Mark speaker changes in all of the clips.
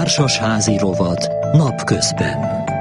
Speaker 1: Társasházi rovat napközben.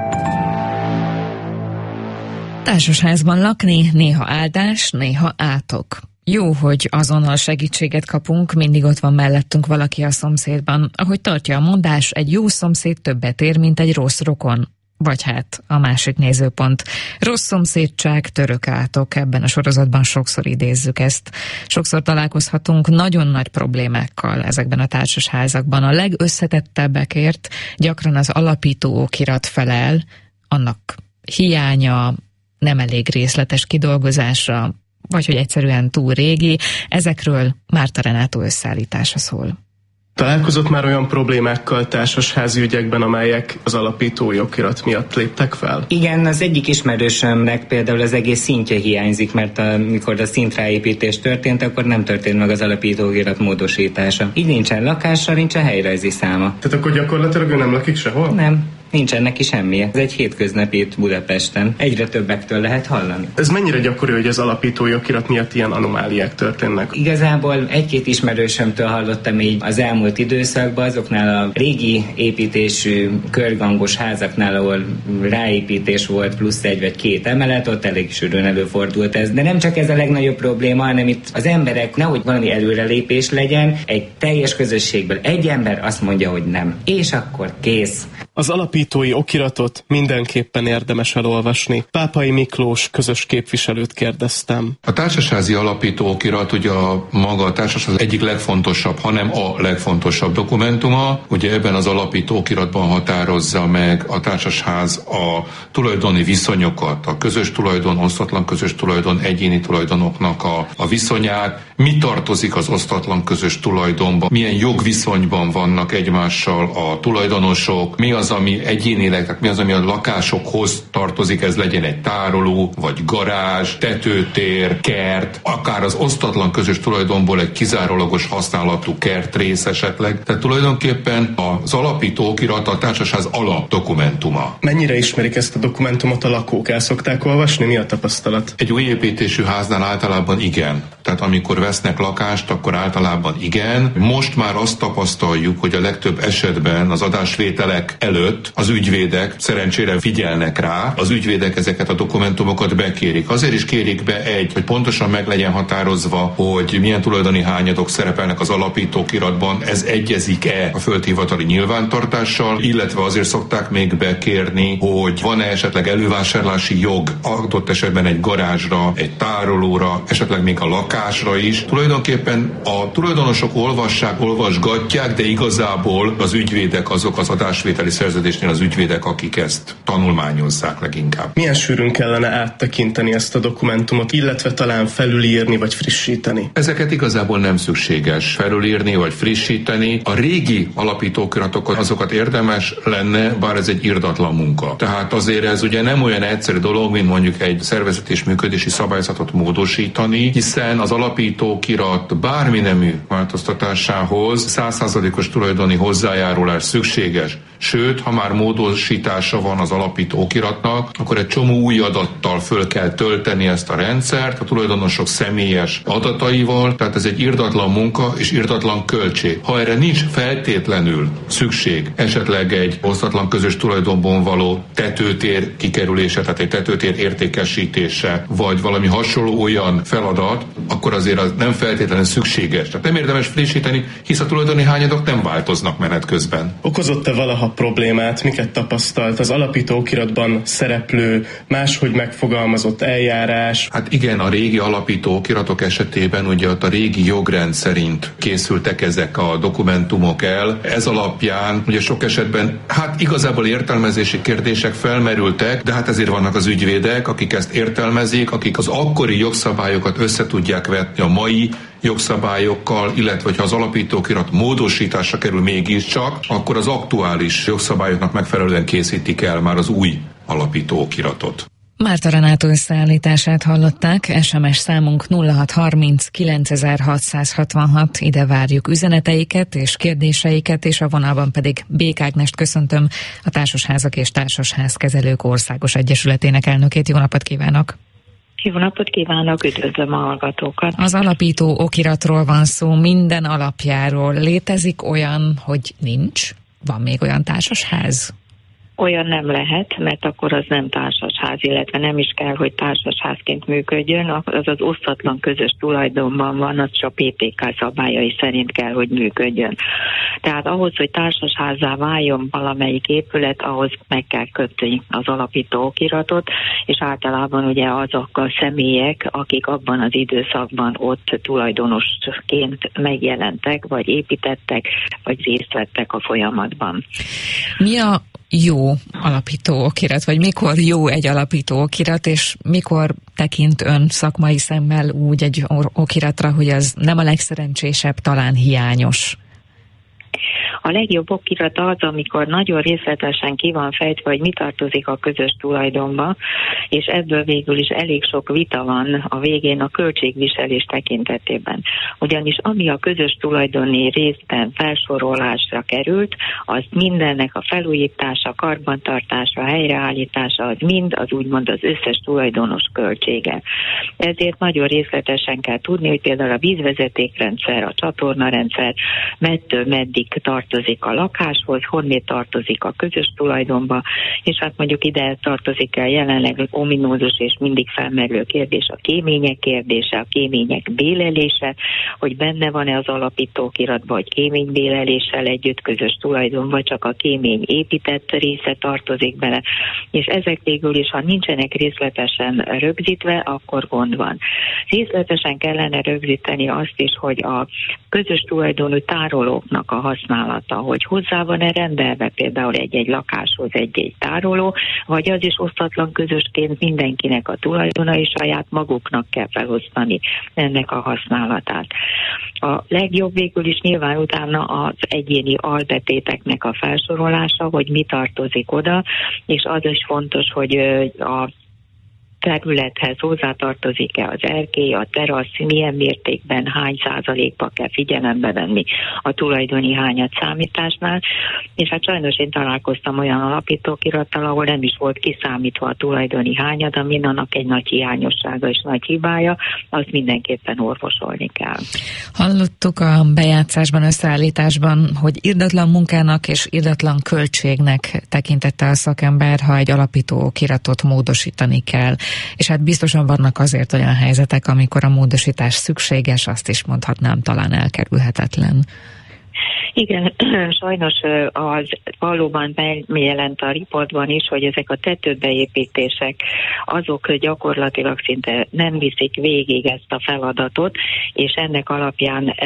Speaker 2: Társasházban lakni néha áldás, néha átok. Jó, hogy azonnal segítséget kapunk, mindig ott van mellettünk valaki a szomszédban. Ahogy tartja a mondás, egy jó szomszéd többet ér, mint egy rossz rokon. Vagy hát a másik nézőpont. Rossz szomszédság, török átok, ebben a sorozatban sokszor idézzük ezt. Sokszor találkozhatunk nagyon nagy problémákkal ezekben a társasházakban. A legösszetettebbekért gyakran az alapító okirat felel, annak hiánya, nem elég részletes kidolgozása, vagy hogy egyszerűen túl régi. Ezekről Márta Renátó összeállítása szól.
Speaker 3: Találkozott már olyan problémákkal társasházi ügyekben, amelyek az alapítói okirat miatt léptek fel?
Speaker 4: Igen, az egyik ismerősömnek például az egész szintje hiányzik, mert amikor a szintráépítés történt, akkor nem történt meg az alapító okirat módosítása. Így nincsen lakása, nincsen helyrajzi száma.
Speaker 3: Tehát akkor gyakorlatilag ő nem lakik sehol?
Speaker 4: Nem. Nincsen neki semmije. Ez egy hétköznapi itt Budapesten. Egyre többektől lehet hallani.
Speaker 3: Ez mennyire gyakori, hogy az alapítói okirat miatt ilyen anomáliák történnek?
Speaker 4: Igazából egy-két ismerősömtől hallottam így az elmúlt időszakban, azoknál a régi építésű körgangos házaknál, ahol ráépítés volt plusz 1 vagy 2 emelet, ott elég sűrűn előfordult ez. De nem csak ez a legnagyobb probléma, hanem itt az emberek, nehogy valami előrelépés legyen, egy teljes közösségből egy ember azt mondja, hogy nem. És akkor kész.
Speaker 3: Az alapítói okiratot mindenképpen érdemes elolvasni. Pápai Miklós közös képviselőt kérdeztem.
Speaker 5: A társasházi alapító okirat ugye a maga a társasház egyik legfontosabb, hanem a legfontosabb dokumentuma. Ugye ebben az alapító okiratban határozza meg a társasház a tulajdoni viszonyokat, a közös tulajdon, osztatlan közös tulajdon, egyéni tulajdonoknak a viszonyát, mi tartozik az osztatlan közös tulajdonban, milyen jogviszonyban vannak egymással a tulajdonosok, mi az, ami egyénileg, tehát mi az, ami a lakásokhoz tartozik, ez legyen egy tároló, vagy garázs, tetőtér, kert, akár az osztatlan közös tulajdonból egy kizárólagos használatú kertrész esetleg. Tehát tulajdonképpen az alapító okirat a társasház alapdokumentuma.
Speaker 3: Mennyire ismerik ezt a dokumentumot a lakók? El szokták olvasni? Mi a tapasztalat?
Speaker 5: Egy új építésű háznál általában igen. Tehát amikor vesznek lakást, akkor általában igen. Most már azt tapasztaljuk, hogy a legtöbb esetben az adásvételek előtt az ügyvédek szerencsére figyelnek rá, az ügyvédek ezeket a dokumentumokat bekérik. Azért is kérik be hogy pontosan meg legyen határozva, hogy milyen tulajdoni hányadok szerepelnek az alapítókiratban, ez egyezik-e a földhivatali nyilvántartással, illetve azért szokták még bekérni, hogy van-e esetleg elővásárlási jog adott esetben egy garázsra, egy tárolóra, esetleg még a lakásra is. Tulajdonképpen a tulajdonosok olvasgatják, de igazából az ügyvédek azok az adásvételi szerződésnél az ügyvédek, akik ezt tanulmányozzák leginkább.
Speaker 3: Milyen sűrűn kellene áttekinteni ezt a dokumentumot, illetve talán felülírni vagy frissíteni?
Speaker 5: Ezeket igazából nem szükséges felülírni vagy frissíteni. A régi alapítókiratokat, azokat érdemes lenne, bár ez egy irdatlan munka. Tehát azért ez ugye nem olyan egyszerű dolog, mint mondjuk egy szervezeti és működési szabályzatot módosítani, hiszen az alapítókirat bármi nemű változtatásához 100%-os tulajdoni hozzájárulás szükséges. Sőt, ha már módosítása van az alapító okiratnak, akkor egy csomó új adattal föl kell tölteni ezt a rendszert, a tulajdonosok személyes adataival, tehát ez egy irdatlan munka és irdatlan költség. Ha erre nincs feltétlenül szükség, esetleg egy osztatlan közös tulajdonban való tetőtér kikerülése, tehát egy tetőtér értékesítése, vagy valami hasonló olyan feladat, akkor azért az nem feltétlenül szükséges. Tehát nem érdemes frissíteni, hisz a tulajdoni hányadok nem változnak menet közben.
Speaker 3: Okozott-e valaha problémát, miket tapasztalt az alapító okiratban szereplő, máshogy megfogalmazott eljárás?
Speaker 5: Hát igen, a régi alapító okiratok esetében ugye ott a régi jogrend szerint készültek ezek a dokumentumok el. Ez alapján ugye sok esetben igazából értelmezési kérdések felmerültek, de hát ezért vannak az ügyvédek, akik ezt értelmezik, akik az akkori jogszabályokat össze tudják vetni a mai jogszabályokkal, illetve ha az alapítókirat módosításra kerül mégiscsak, akkor az aktuális jogszabályoknak megfelelően készítik el már az új alapítókiratot.
Speaker 2: Márta Renátó összeállítását hallották, SMS számunk 0630 9666, ide várjuk üzeneteiket és kérdéseiket, és a vonalban pedig Bék Ágnest köszöntöm, a Társasházak és Társasházkezelők Országos Egyesületének elnökét. Jó napot kívánok!
Speaker 6: Jó napot kívánok, üdvözlöm a hallgatókat!
Speaker 2: Az alapító okiratról van szó, minden alapjáról. Létezik olyan, hogy nincs? van még olyan társasház?
Speaker 6: Olyan nem lehet, mert akkor az nem társasház, illetve nem is kell, hogy társasházként működjön, az osztatlan közös tulajdonban van, az csak PTK szabályai szerint kell, hogy működjön. Tehát ahhoz, hogy társasházzá váljon valamelyik épület, ahhoz meg kell kötni az alapító okiratot, és általában ugye azok a személyek, akik abban az időszakban ott tulajdonosként megjelentek, vagy építettek, vagy részt vettek a folyamatban.
Speaker 2: Mi a jó alapító okirat, vagy mikor jó egy alapító okirat, és mikor tekint ön szakmai szemmel úgy egy okiratra, hogy az nem a legszerencsésebb, talán hiányos?
Speaker 6: A legjobb okirat az, amikor nagyon részletesen ki van fejtve, hogy mi tartozik a közös tulajdonba, és ebből végül is elég sok vita van a végén a költségviselés tekintetében. Ugyanis ami a közös tulajdoni részben felsorolásra került, az mindennek a felújítása, karbantartása, helyreállítása, az mind az úgymond az összes tulajdonos költsége. Ezért nagyon részletesen kell tudni, hogy például a vízvezetékrendszer, a csatornarendszer mettől meddig tartozik a lakáshoz, honnét tartozik a közös tulajdonba, és hát mondjuk ide tartozik el jelenleg ominózus és mindig felmerülő kérdés a kémények kérdése, a kémények bélelése, hogy benne van-e az alapítókiratban, hogy kéménybéleléssel együtt közös tulajdon, vagy csak a kémény épített része tartozik bele, és ezek végül is, ha nincsenek részletesen rögzítve, akkor gond van. Részletesen kellene rögzíteni azt is, hogy a közös tulajdonú tárolóknak a használata, hogy hozzá van-e rendelve például egy-egy lakáshoz egy-egy tároló, vagy az is osztatlan közösként mindenkinek a tulajdona, és saját maguknak kell felosztani ennek a használatát. A legjobb végül is nyilván utána az egyéni albetéteknek a felsorolása, hogy mi tartozik oda, és az is fontos, hogy a területhez hozzátartozik-e az erkély, a terasz, milyen mértékben, hány százalékba kell figyelembe venni a tulajdoni hányad számításnál, és hát sajnos én találkoztam olyan alapítókirattal, ahol nem is volt kiszámítva a tulajdoni hányad, ami annak egy nagy hiányossága és nagy hibája, azt mindenképpen orvosolni kell.
Speaker 2: Hallottuk a bejátszásban, összeállításban, hogy irdatlan munkának és irdatlan költségnek tekintette a szakember, ha egy alapítókiratot módosítani kell. És hát biztosan vannak azért olyan helyzetek, amikor a módosítás szükséges, azt is mondhatnám, talán elkerülhetetlen.
Speaker 6: Igen, sajnos az valóban megjelent a riportban is, hogy ezek a tetőbeépítések, azok gyakorlatilag szinte nem viszik végig ezt a feladatot, és ennek alapján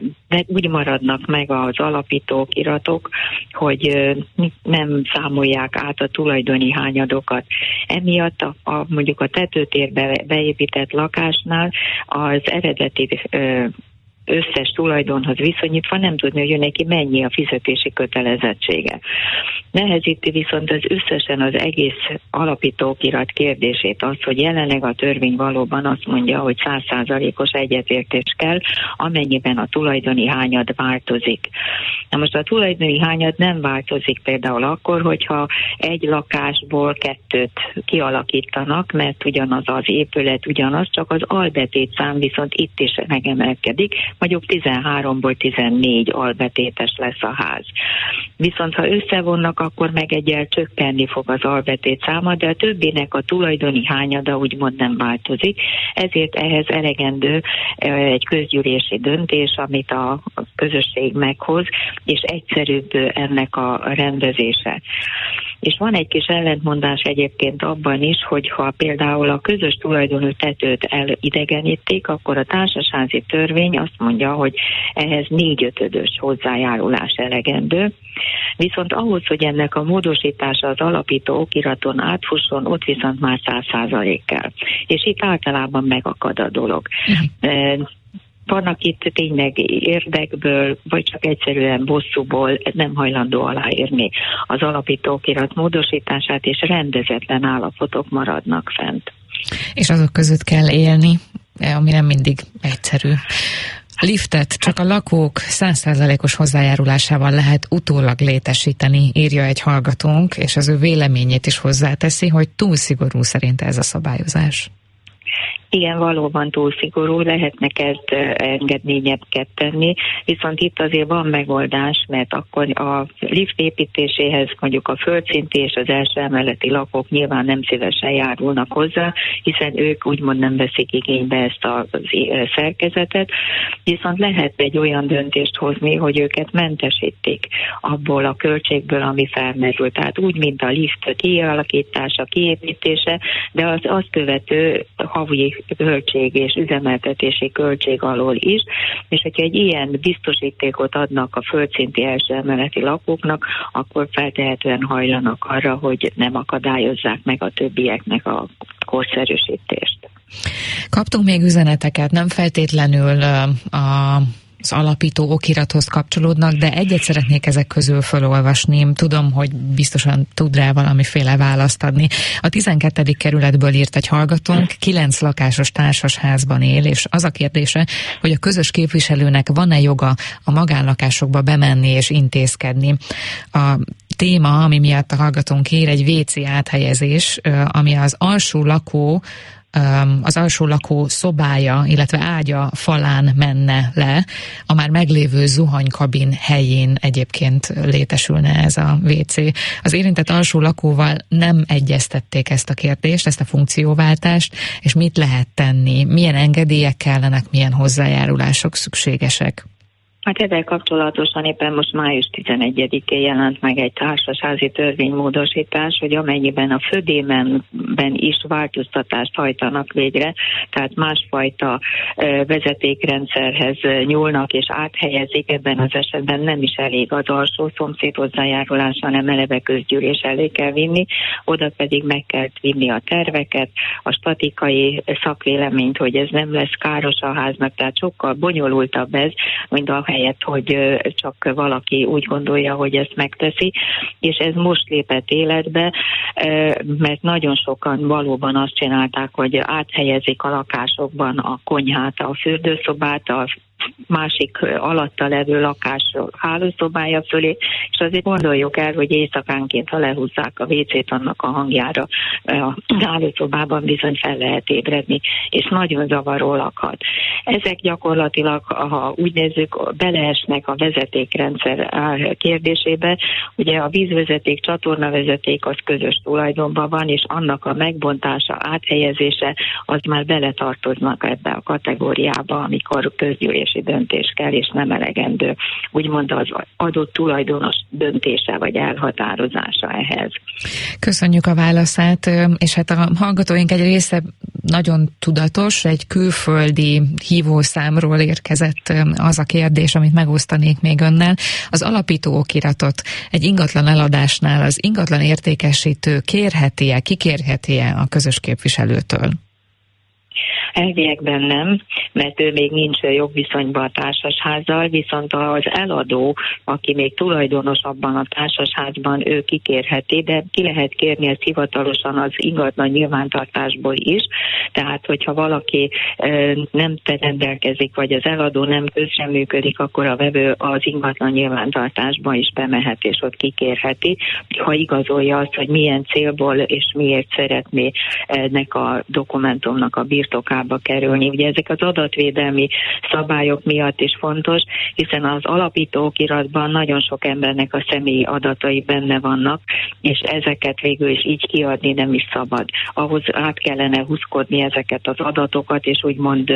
Speaker 6: úgy maradnak meg az alapítókiratok, hogy nem számolják át a tulajdoni hányadokat. Emiatt mondjuk a tetőtérbe beépített lakásnál az eredeti összes tulajdonhoz viszonyítva nem tudni, hogy neki mennyi a fizetési kötelezettsége. Nehezíti viszont az összesen az egész alapítókirat kérdését az, hogy jelenleg a törvény valóban azt mondja, hogy 100%-os egyetértés kell, amennyiben a tulajdoni hányad változik. Na most a tulajdoni hányad nem változik például akkor, hogyha egy lakásból 2 kialakítanak, mert ugyanaz az épület, ugyanaz, csak az albetét szám viszont itt is megemelkedik, mondjuk 13-ból 14 albetétes lesz a ház. Viszont ha összevonnak, akkor meg egyel csökkenni fog az albetét száma, de a többinek a tulajdoni hányada úgymond nem változik, ezért ehhez elegendő egy közgyűlési döntés, amit a közösség meghoz, és egyszerűbb ennek a rendezése. És van egy kis ellentmondás egyébként abban is, hogy ha például a közös tulajdonú tetőt elidegenítik, akkor a társasházi törvény azt mondja, hogy ehhez 4/5 hozzájárulás elegendő. Viszont ahhoz, hogy ennek a módosítása az alapító okiraton átfusson, ott viszont már 100% kell. És itt általában megakad a dolog. Vannak itt tényleg érdekből, vagy csak egyszerűen bosszúból nem hajlandó aláírni az alapító okirat módosítását, és rendezetlen állapotok maradnak fent.
Speaker 2: És azok között kell élni, ami nem mindig egyszerű. Liftet csak a lakók 100%-os hozzájárulásával lehet utólag létesíteni, írja egy hallgatónk, és az ő véleményét is hozzáteszi, hogy túl szigorú szerint ez a szabályozás.
Speaker 6: Igen, valóban túl szigorú, lehetnek ezt engedményeket tenni, viszont itt azért van megoldás, mert akkor a lift építéséhez mondjuk a földszinti és az első emeleti lakók nyilván nem szívesen járulnak hozzá, hiszen ők úgymond nem veszik igénybe ezt a szerkezetet, viszont lehet egy olyan döntést hozni, hogy őket mentesítik abból a költségből, ami felmerül. Tehát úgy, mint a lift kialakítása, kiépítése, de az azt követő havi költség és üzemeltetési költség alól is, és hogyha egy ilyen biztosítékot adnak a földszinti első emeleti lakóknak, akkor feltehetően hajlanak arra, hogy nem akadályozzák meg a többieknek a korszerűsítést.
Speaker 2: Kaptunk még üzeneteket, nem feltétlenül az alapító okirathoz kapcsolódnak, de egyet szeretnék ezek közül felolvasni. Tudom, hogy biztosan tud rá valamiféle választ adni. A 12. kerületből írt egy hallgatónk, 9 lakásos társasházban él, és az a kérdése, hogy a közös képviselőnek van-e joga a magánlakásokba bemenni és intézkedni. A téma, ami miatt a hallgatónk ír, egy WC áthelyezés, ami az alsó lakó szobája, illetve ágya falán menne le, a már meglévő zuhanykabin helyén egyébként létesülne ez a WC. Az érintett alsó lakóval nem egyeztették ezt a kérdést, ezt a funkcióváltást, és mit lehet tenni, milyen engedélyek kellenek, milyen hozzájárulások szükségesek.
Speaker 6: Hát ezzel kapcsolatosan éppen most május 11-én jelent meg egy társasházi törvénymódosítás, hogy amennyiben a födémenben is változtatást hajtanak végre, tehát másfajta vezetékrendszerhez nyúlnak és áthelyezik, ebben az esetben nem is elég az alsó szomszéd hozzájárulása, hanem eleve közgyűlés elé kell vinni, oda pedig meg kell vinni a terveket, a statikai szakvéleményt, hogy ez nem lesz káros a háznak, tehát sokkal bonyolultabb ez, mint a helyett, hogy csak valaki úgy gondolja, hogy ezt megteszi, és ez most lépett életbe, mert nagyon sokan valóban azt csinálták, hogy áthelyezik a lakásokban a konyhát, a fürdőszobát, a másik alatta levő lakás hálószobája fölé, és azért gondoljuk el, hogy éjszakánként, ha lehúzzák a WC-t, annak a hangjára a hálószobában bizony fel lehet ébredni, és nagyon zavaró lakhat. Ezek gyakorlatilag, ha úgy nézzük, beleesnek a vezetékrendszer kérdésébe. Ugye a vízvezeték, csatornavezeték az közös tulajdonban van, és annak a megbontása, áthelyezése, az már beletartoznak ebbe a kategóriába, amikor közgyűlési döntés kell, és nem elegendő, úgymond az adott tulajdonos döntése vagy elhatározása ehhez.
Speaker 2: Köszönjük a válaszát, és hát a hallgatóink egy része nagyon tudatos, egy külföldi hívószámról érkezett az a kérdés, amit megosztanék még önnel. Az alapító okiratot egy ingatlan eladásnál az ingatlan értékesítő kérheti-e, kikérheti-e a közös képviselőtől?
Speaker 6: Elviekben nem, mert ő még nincs jogviszonyban a társasházzal, viszont az eladó, aki még tulajdonos abban a társasházban, ő kikérheti, de ki lehet kérni ezt hivatalosan az ingatlan nyilvántartásból is, tehát hogyha valaki nem rendelkezik, vagy az eladó nem közreműködik, akkor a vevő az ingatlan nyilvántartásba is bemehet, és ott kikérheti, ha igazolja azt, hogy milyen célból és miért szeretné ennek a dokumentumnak a birtokába kerülni. Ugye ezek az adatvédelmi szabályok miatt is fontos, hiszen az alapító okiratban nagyon sok embernek a személyi adatai benne vannak, és ezeket végül is így kiadni nem is szabad. Ahhoz át kellene húzkodni ezeket az adatokat, és úgymond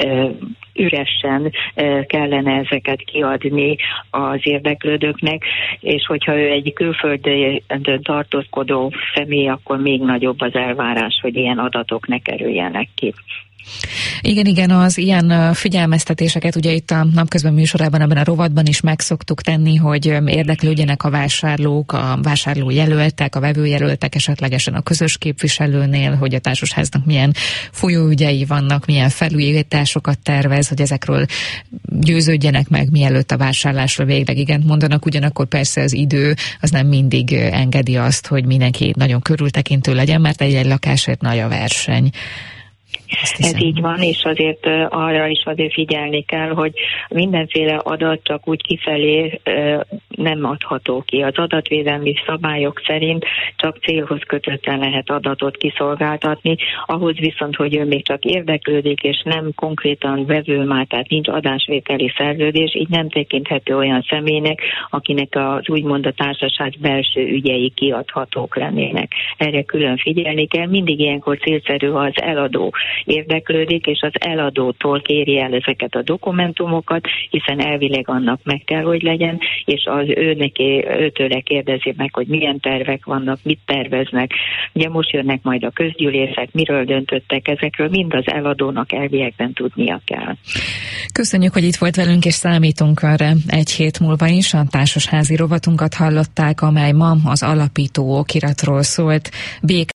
Speaker 6: üresen kellene ezeket kiadni az érdeklődőknek, és hogyha ő egy külföldön tartózkodó személy, akkor még nagyobb az elvárás, hogy ilyen adatok ne kerüljenek ki.
Speaker 2: Igen, az ilyen figyelmeztetéseket ugye itt a Napközben műsorában, ebben a rovatban is meg szoktuk tenni, hogy érdeklődjenek a vásárlók, a vásárlójelöltek, a vevőjelöltek esetlegesen a közös képviselőnél, hogy a társasháznak milyen folyóügyei vannak, milyen felújításokat tervez, hogy ezekről győződjenek meg, mielőtt a vásárlásra végleg igent mondanak. Ugyanakkor persze az idő az nem mindig engedi azt, hogy mindenki nagyon körültekintő legyen, mert egy lakásért nagy a verseny.
Speaker 6: Ez így van, és azért arra is azért figyelni kell, hogy mindenféle adat csak úgy kifelé nem adható ki. Az adatvédelmi szabályok szerint csak célhoz kötötten lehet adatot kiszolgáltatni, ahhoz viszont, hogy ő még csak érdeklődik, és nem konkrétan vevő már, tehát nincs adásvételi szerződés, így nem tekinthető olyan személynek, akinek az úgymond a társaság belső ügyei kiadhatók lennének. Erre külön figyelni kell, mindig ilyenkor célszerű, ha az eladó érdeklődik, és az eladótól kéri el ezeket a dokumentumokat, hiszen elvileg annak meg kell, hogy legyen, és az őtőle kérdezi meg, hogy milyen tervek vannak, mit terveznek. Ugye most jönnek majd a közgyűlések, miről döntöttek, ezekről mind az eladónak elviekben tudnia kell.
Speaker 2: Köszönjük, hogy itt volt velünk, és számítunk arra egy hét múlva is. A társasházi rovatunkat hallották, amely ma az alapító okiratról szólt.